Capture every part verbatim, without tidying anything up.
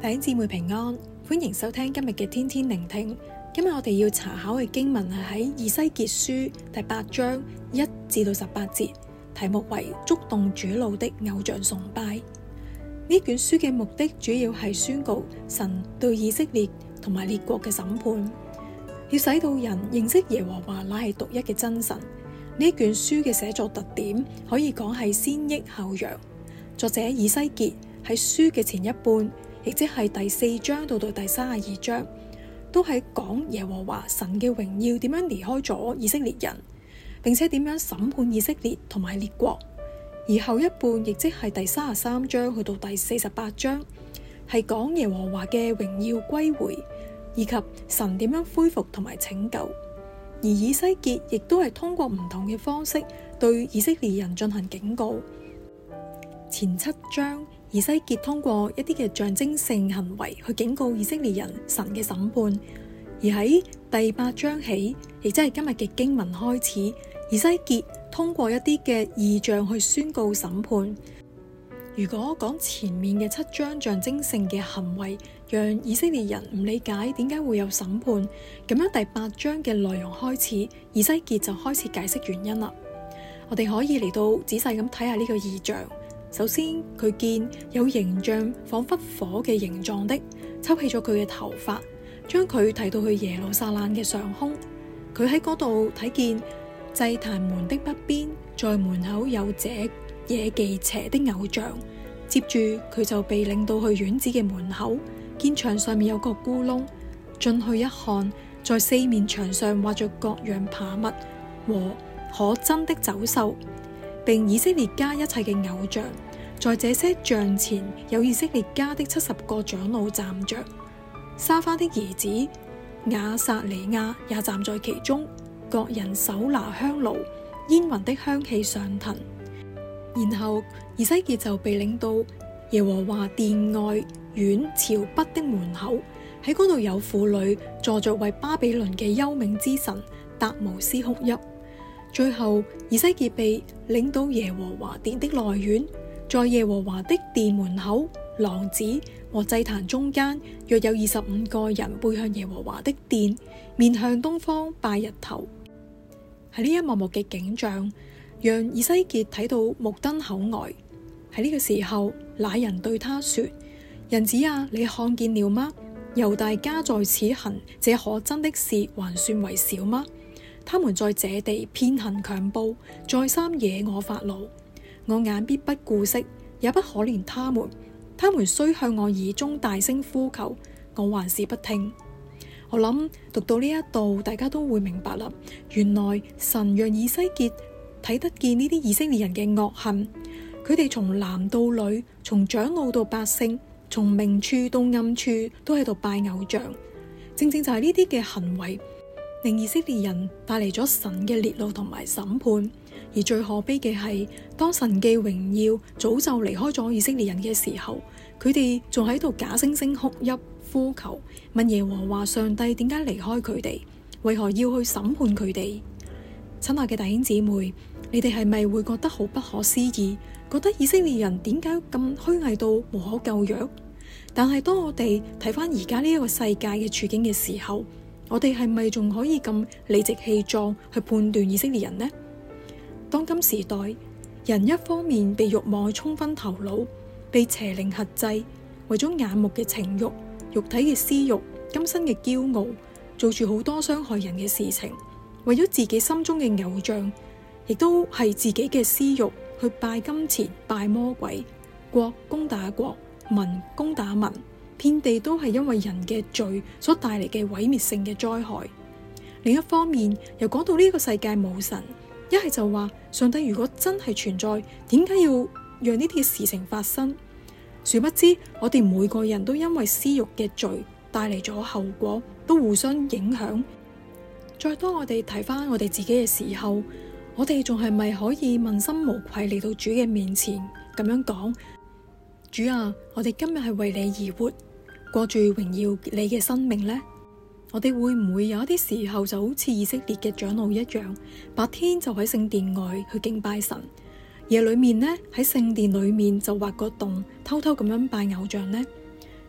弟兄姊妹平安，歡迎收聽今日嘅天天聆聽。今日我哋要查考嘅經文係喺以西結書第八章一至到十八節，題目為觸動主怒的偶像崇拜。呢卷書嘅目的主要係宣告神對以色列同埋列國嘅審判，要使到人認識耶和華乃係獨一嘅真神。呢卷書嘅寫作特點可以講係先抑後揚。作者以西結喺書嘅前一半，亦即係第四章到到第三十二章，都係講耶和華神嘅榮耀點樣離開咗以色列人，並且點樣審判以色列同埋列國。而後一半亦即係第三十三章去到第四十八章，係講耶和華嘅榮耀歸回，以及神點樣恢復同埋拯救。而以西結亦都係通過唔同嘅方式對以色列人進行警告。前七章以西結通過一啲嘅象徵性行為去警告以色列人神嘅審判，而喺第八章起，亦即係今日嘅經文開始，以西結通過一啲嘅異象去宣告審判。如果講前面嘅七章象徵性嘅行為讓以色列人唔理解點解會有審判，咁樣第八章嘅內容開始，以西結就開始解釋原因啦。我哋可以嚟到仔細咁睇下呢個異象。首先，佢見有形象仿佛火嘅形狀的抽起咗佢嘅頭髮，將佢提到去耶路撒冷嘅上空。佢喺嗰度睇見祭壇門的北邊，在門口有這野忌邪的偶像。接住佢就被領到去院子嘅門口，見牆上面有個窟窿，進去一看，在四面牆上畫着各樣爬物和可憎的走獸，並以色列家一切嘅偶像。在這些像前有以色列家的七十個長老站着，沙番的兒子亞撒尼亞也站在其中，各人手拿香爐，煙雲的香氣上騰。然後以西結就被領到耶和華殿外院朝北的門口，喺嗰度有婦女坐着為巴比倫嘅幽冥之神達摩斯哭泣。最後以西結被領到耶和華殿的內院，在耶和華的殿門口、廊子和祭壇中間，約有二十五個人背向耶和華的殿，面向東方拜日頭。喺呢一幕幕嘅景象，讓以西結睇到目瞪口呆。喺呢個時候，那人對他說：人子啊，你看見了嗎？猶大家在此行這可憎的事，還算為小嗎？他們在這地遍行強暴，再三惹我發怒。我眼必不顧惜，也不可憐他們。他們雖向我耳中大聲呼求，我還是不聽。我諗讀到呢一度，大家都會明白啦。原來神讓以西結睇得見呢啲以色列人嘅惡行，佢哋從男到女，從長老到百姓，從明處到暗處，都喺度拜偶像。正正就係呢啲嘅行為，令以色列人帶嚟咗神嘅烈怒同埋審判。而最可悲嘅係，當神嘅榮耀早就離開咗以色列人嘅時候，佢哋仲喺度假惺惺哭泣呼求，問耶和華上帝點解離開佢哋，為何要去審判佢哋？親愛嘅弟兄姊妹，你哋係咪會覺得好不可思議，覺得以色列人點解咁虛偽到無可救藥？但係當我哋睇翻而家呢一個世界嘅處境嘅時候，我哋係咪仲可以咁理直氣壯去判斷以色列人呢？當今時代，人一方面被慾望沖昏頭腦，被邪靈轄制，為咗眼目嘅情慾、肉體嘅私慾、今生嘅驕傲，做住好多傷害人嘅事情，為咗自己心中嘅偶像，亦都係自己嘅私慾，去拜金錢、拜魔鬼，國攻打國，民攻打民，遍地都係因為人嘅罪所帶嚟嘅毀滅性嘅災害。另一方面，又講到呢個世界冇神。一係就話上帝如果真係存在，點解要讓呢啲事情發生？殊不知我哋每個人都因為私慾嘅罪帶嚟咗後果，都互相影響。再當我哋睇翻我哋自己嘅時候，我哋仲係咪可以問心無愧嚟到主嘅面前咁樣講：主啊，我哋今日係為你而活，過住榮耀你嘅生命呢？我哋會唔會有一啲時候就好似以色列嘅長老一樣，白天就喺聖殿外去敬拜神，夜裏面呢喺聖殿裏面就挖個洞，偷偷咁樣拜偶像呢？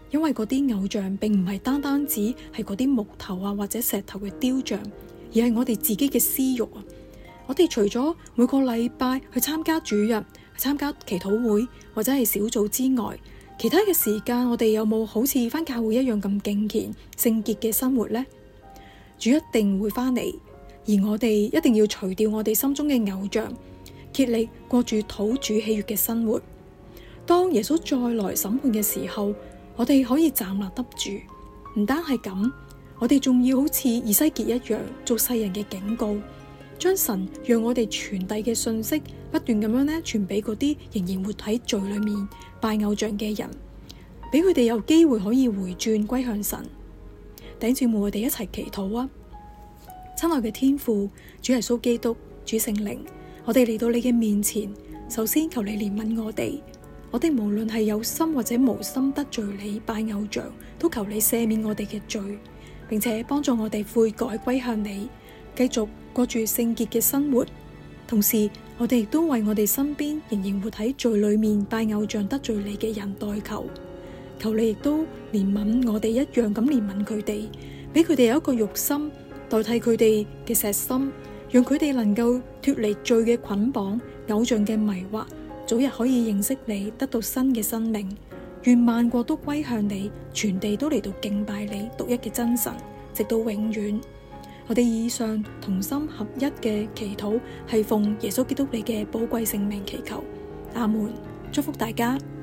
因為嗰啲偶像並唔係單單只係嗰啲木頭啊或者石頭嘅雕像，而係我哋自己嘅私欲啊。我哋除咗每個禮拜去參加主日、去參加祈禱會或者係小組之外，其他嘅時間我哋有冇好似返教會一樣咁敬虔、聖潔嘅生活呢？主一定會返嚟，而我哋一定要除掉我哋心中嘅偶像，竭力過住討主喜悅嘅生活。當耶穌再來審判嘅時候，我哋可以站立得住。唔單係咁，我哋仲要好似以西結一樣，做世人嘅警告，將神讓我哋傳遞嘅信息不斷咁樣咧傳俾嗰啲仍然活喺罪裏面拜偶像嘅人，俾佢哋有機會可以回轉歸向神。弟兄姊妹，我哋一齊祈禱啊！親愛嘅天父，主耶穌基督，主聖靈，我哋嚟到你嘅面前，首先求你憐憫我哋。我哋無論係有心或者無心得罪你拜偶像，都求你赦免我哋嘅罪，並且幫助我哋悔改歸向你，繼續過住聖潔嘅生活。同時，我哋亦都為我哋身邊仍然活喺罪裏面拜偶像得罪你嘅人代求。求你亦都憐憫我哋一樣咁憐憫佢哋，俾佢哋有一個肉心代替佢哋嘅石心，讓佢哋能夠脫離罪嘅捆綁、偶像嘅迷惑，早日可以認識你，得到新嘅生命。願萬國都歸向你，全地都嚟到敬拜你獨一嘅真神，直到永遠。我哋以上同心合一嘅祈禱，係奉耶穌基督你嘅寶貴聖名祈求。阿門。祝福大家。